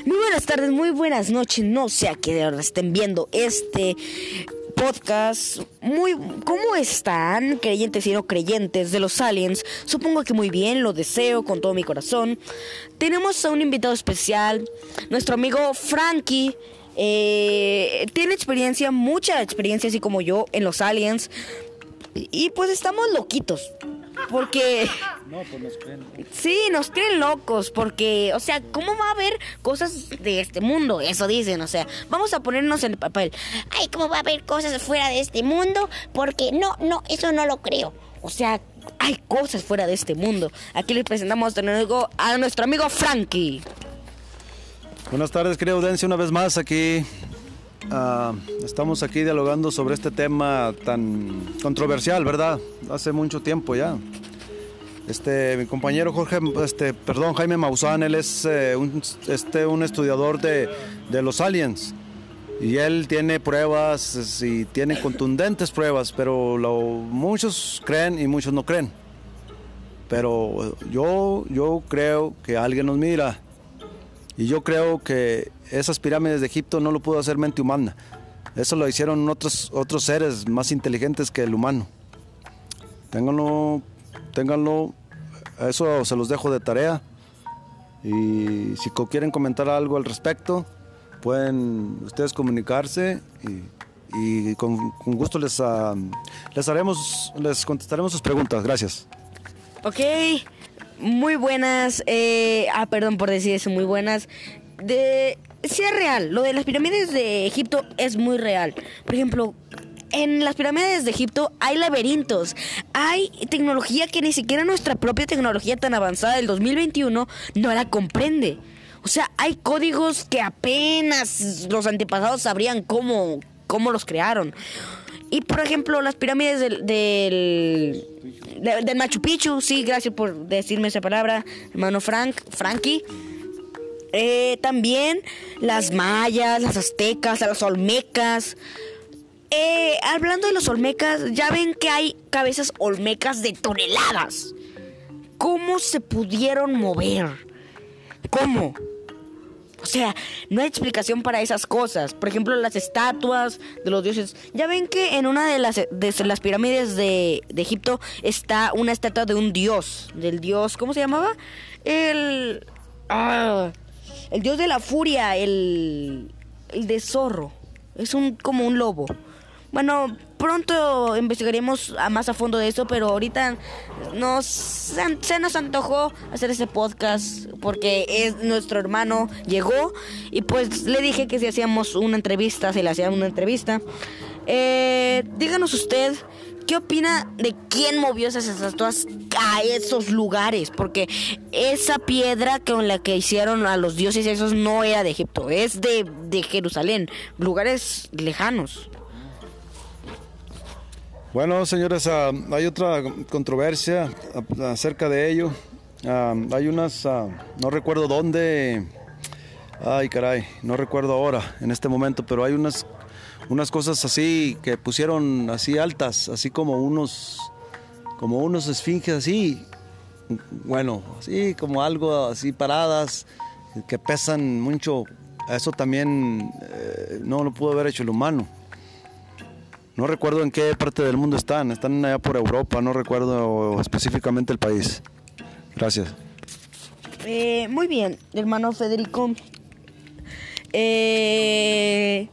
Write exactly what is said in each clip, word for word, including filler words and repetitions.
Muy buenas tardes, muy buenas noches, no sé a qué hora estén viendo este podcast. Muy, ¿cómo están, creyentes y no creyentes de los aliens? Supongo que muy bien, lo deseo con todo mi corazón. Tenemos a un invitado especial, nuestro amigo Frankie. Eh, tiene experiencia, mucha experiencia, así como yo, en los aliens. Y pues estamos loquitos. Porque... No, pues nos creen. Sí, nos creen locos, porque, o sea, ¿cómo va a haber cosas de este mundo? Eso dicen, o sea, vamos a ponernos en el papel. Ay, ¿cómo va a haber cosas fuera de este mundo? Porque no, no, eso no lo creo. O sea, hay cosas fuera de este mundo. Aquí les presentamos de nuevo a nuestro amigo Frankie. Buenas tardes, querida audiencia, una vez más aquí. Uh, estamos aquí dialogando sobre este tema tan controversial, ¿verdad? Hace mucho tiempo ya. Este, mi compañero Jorge, este, perdón, Jaime Maussan, él es eh, un, este, un estudiador de, de los aliens. Y él tiene pruebas y tiene contundentes pruebas, pero lo, muchos creen y muchos no creen. Pero yo, yo creo que alguien nos mira. Y yo creo que esas pirámides de Egipto no lo pudo hacer mente humana. Eso lo hicieron otros, otros seres más inteligentes que el humano. Ténganlo, ténganlo, eso se los dejo de tarea. Y si quieren comentar algo al respecto, pueden ustedes comunicarse y, y con, con gusto les, uh, les, haremos, les contestaremos sus preguntas. Gracias. Ok. Muy buenas, eh, ah, perdón por decir eso, muy buenas. De, sí es real, lo de las pirámides de Egipto es muy real. Por ejemplo, en las pirámides de Egipto hay laberintos, hay tecnología que ni siquiera nuestra propia tecnología tan avanzada del dos mil veintiuno no la comprende. O sea, hay códigos que apenas los antepasados sabrían cómo, cómo los crearon. Y por ejemplo, las pirámides del, del, del, del Machu Picchu, sí, gracias por decirme esa palabra, hermano Frank, Frankie. Eh, también las mayas, las aztecas, los olmecas. Eh, hablando de los olmecas, ya ven que hay cabezas olmecas de toneladas. ¿Cómo se pudieron mover? ¿Cómo? O sea, no hay explicación para esas cosas. Por ejemplo, las estatuas de los dioses. Ya ven que en una de las, de las pirámides de, de Egipto está una estatua de un dios. Del dios, ¿cómo se llamaba? El... Ah, el dios de la furia, el... El de zorro. Es un como un lobo. Bueno, pronto investigaremos a más a fondo de eso, pero ahorita nos, se nos antojó hacer ese podcast porque es nuestro hermano, llegó y pues le dije que si hacíamos una entrevista, se le hacía una entrevista. Eh, díganos usted, ¿qué opina de quién movió esas estatuas a esos lugares? Porque esa piedra con la que hicieron a los dioses esos no era de Egipto, es de, de Jerusalén, lugares lejanos. Bueno, señores, uh, hay otra controversia acerca de ello. Uh, hay unas, uh, no recuerdo dónde, ay caray, no recuerdo ahora, en este momento, pero hay unas, unas cosas así que pusieron así altas, así como unos, como unos esfinges así, bueno, así como algo así paradas, que pesan mucho. Eso también eh, no lo pudo haber hecho el humano. No recuerdo en qué parte del mundo están, están allá por Europa, no recuerdo específicamente el país. Gracias. Eh, muy bien, hermano Federico. Eh,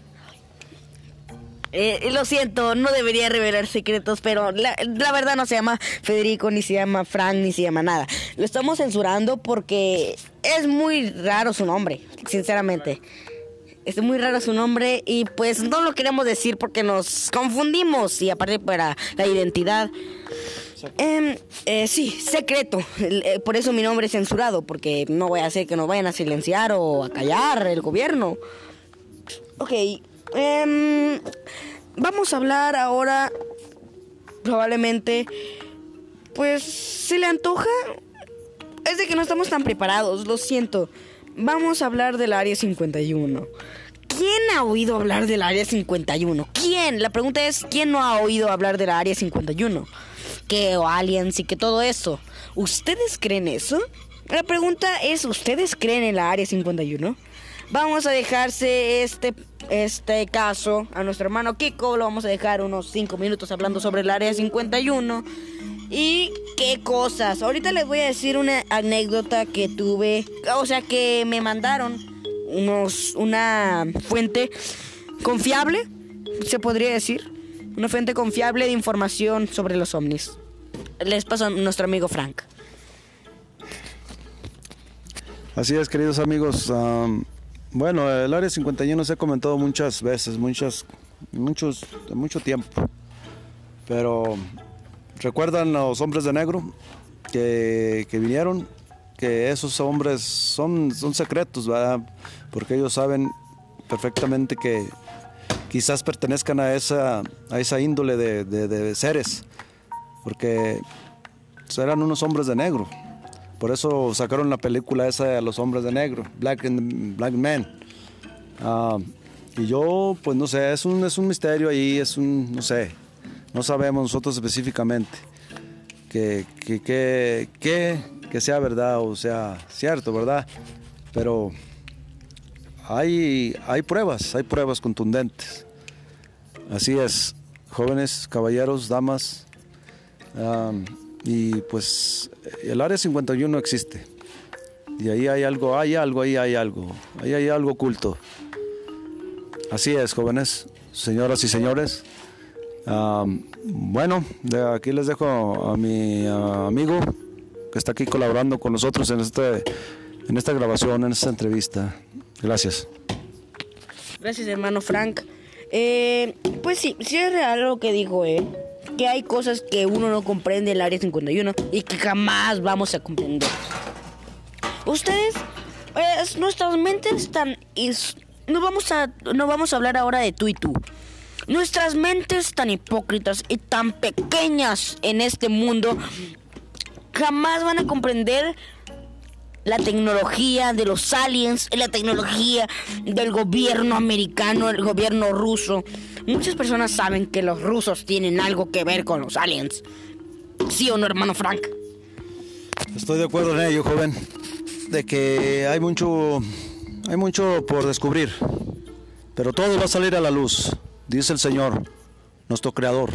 eh, lo siento, no debería revelar secretos, pero la, la verdad no se llama Federico, ni se llama Frank, ni se llama nada. Lo estamos censurando porque es muy raro su nombre, sinceramente. Es muy raro su nombre y pues no lo queremos decir porque nos confundimos y aparte para la identidad. Eh, eh, sí, secreto. Eh, por eso mi nombre es censurado, porque no voy a hacer que nos vayan a silenciar o a callar el gobierno. Ok, eh, vamos a hablar ahora probablemente, pues se le antoja. Es de que no estamos tan preparados, lo siento. Vamos a hablar del Área cincuenta y uno. ¿Quién ha oído hablar del Área cincuenta y uno? ¿Quién? La pregunta es, ¿quién no ha oído hablar del Área cincuenta y uno? Que o aliens y que todo eso. ¿Ustedes creen eso? La pregunta es, ¿ustedes creen en la Área cincuenta y uno? Vamos a dejarse este, este caso a nuestro hermano Kiko. Lo vamos a dejar unos cinco minutos hablando sobre el Área cincuenta y uno. Y qué cosas. Ahorita les voy a decir una anécdota que tuve. O sea, que me mandaron unos, una fuente confiable, se podría decir. Una fuente confiable de información sobre los ovnis. Les paso a nuestro amigo Frank. Así es, queridos amigos. Um, bueno, el Área cincuenta y uno se ha comentado muchas veces, muchas, muchos, de mucho tiempo. Pero recuerdan los hombres de negro que, que vinieron, que esos hombres son, son secretos, ¿verdad? Porque ellos saben perfectamente que quizás pertenezcan a esa, a esa índole de, de, de seres, porque eran unos hombres de negro. Por eso sacaron la película esa de los hombres de negro, Black, and, Black Men. Uh, y yo, pues no sé, es un, es un misterio ahí, es un, no sé, no sabemos nosotros específicamente que, que, que, que, que sea verdad o sea cierto, ¿verdad? Pero hay, hay pruebas, hay pruebas contundentes. Así es, jóvenes, caballeros, damas. Um, y pues el Área cincuenta y uno existe. Y ahí hay algo, hay algo, ahí hay algo. Ahí hay algo oculto. Así es, jóvenes, señoras y señores. Um, bueno, de aquí les dejo a mi uh, amigo que está aquí colaborando con nosotros en, este, en esta grabación, en esta entrevista. Gracias. Gracias, hermano Frank. Eh, pues sí, sí es real lo que dijo él. Que hay cosas que uno no comprende del Área cincuenta y uno y que jamás vamos a comprender. Ustedes, eh, nuestras mentes están... Is, no, vamos a, no vamos a hablar ahora de tú y tú. Nuestras mentes tan hipócritas y tan pequeñas en este mundo jamás van a comprender la tecnología de los aliens, la tecnología del gobierno americano, el gobierno ruso. Muchas personas saben que los rusos tienen algo que ver con los aliens. ¿Sí o no, hermano Frank? Estoy de acuerdo en ello, joven. De que hay mucho, hay mucho por descubrir. Pero todo va a salir a la luz, dice el Señor, nuestro Creador.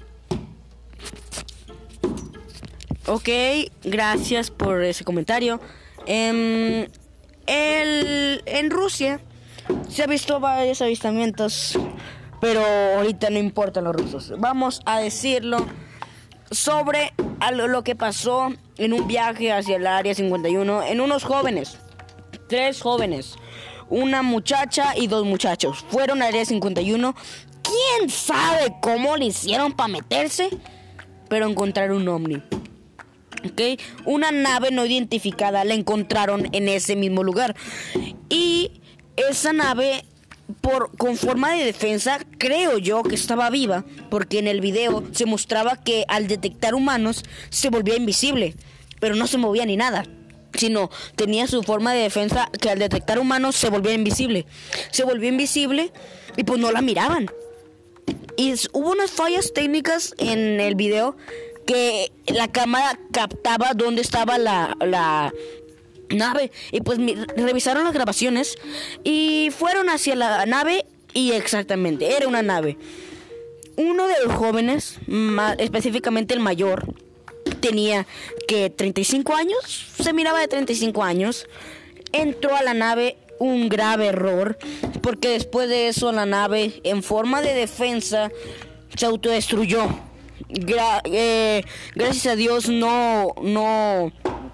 Ok, gracias por ese comentario. En, el, en Rusia se ha visto varios avistamientos, pero ahorita no importan los rusos. Vamos a decirlo sobre lo que pasó en un viaje hacia el Área cincuenta y uno en unos jóvenes, tres jóvenes, una muchacha y dos muchachos. Fueron al Área cincuenta y uno. ¿Quién sabe cómo le hicieron para meterse? Pero encontraron un ovni. Okay. Una nave no identificada la encontraron en ese mismo lugar. Y esa nave, por, con forma de defensa, creo yo que estaba viva, porque en el video se mostraba que al detectar humanos se volvía invisible, pero no se movía ni nada, sino tenía su forma de defensa que al detectar humanos se volvía invisible. Se volvió invisible y pues no la miraban. Y hubo unas fallas técnicas en el video que la cámara captaba dónde estaba la, la nave. Y pues mi, revisaron las grabaciones y fueron hacia la nave y exactamente, era una nave. Uno de los jóvenes, más, específicamente el mayor, tenía que treinta y cinco años, se miraba de treinta y cinco años. Entró a la nave, un grave error, porque después de eso la nave, en forma de defensa, se autodestruyó. Gra- eh, gracias a Dios no, no,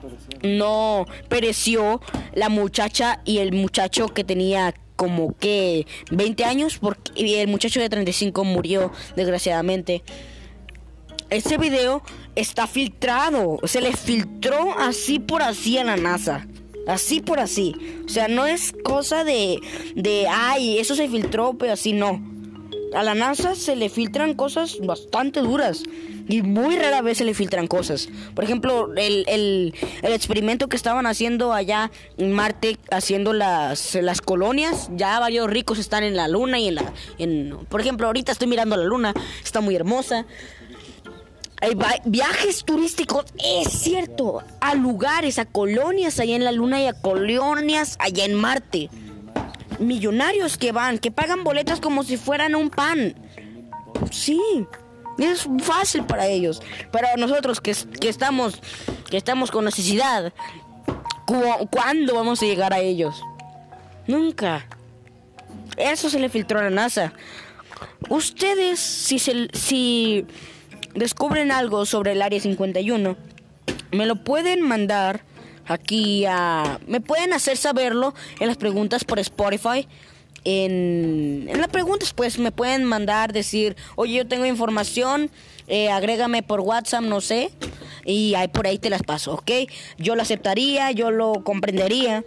no pereció la muchacha y el muchacho que tenía como que veinte años, porque y el muchacho de treinta y cinco murió desgraciadamente. Ese video está filtrado, se le filtró así por así a la NASA. Así por así. O sea, no es cosa de, de, ay, eso se filtró, pero así no. A la NASA se le filtran cosas bastante duras. Y muy rara vez se le filtran cosas. Por ejemplo, el, el, el experimento que estaban haciendo allá en Marte, haciendo las, las colonias. Ya varios ricos están en la luna y en la... En, por ejemplo, ahorita estoy mirando la luna, está muy hermosa. Hay viajes turísticos, es cierto, a lugares, a colonias allá en la Luna y a colonias allá en Marte. Millonarios que van, que pagan boletas como si fueran un pan. Sí, es fácil para ellos. Para nosotros que, que, estamos, que estamos con necesidad, ¿cu- ¿cuándo vamos a llegar a ellos? Nunca. Eso se le filtró a la NASA. Ustedes, si se, si descubren algo sobre el Área cincuenta y uno, me lo pueden mandar aquí a... Me pueden hacer saberlo en las preguntas por Spotify. En, en las preguntas pues me pueden mandar, decir, oye, yo tengo información, eh, agrégame por WhatsApp, no sé, y ahí por ahí te las paso, ¿ok? Yo lo aceptaría, yo lo comprendería.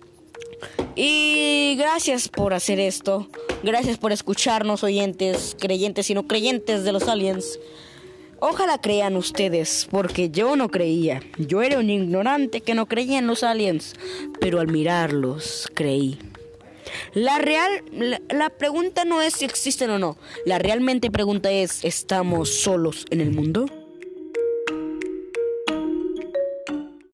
Y gracias por hacer esto. Gracias por escucharnos, oyentes, creyentes y no creyentes de los aliens. Ojalá crean ustedes, porque yo no creía. Yo era un ignorante que no creía en los aliens, pero al mirarlos creí. La real, la, la pregunta no es si existen o no. La realmente pregunta es, ¿estamos solos en el mundo?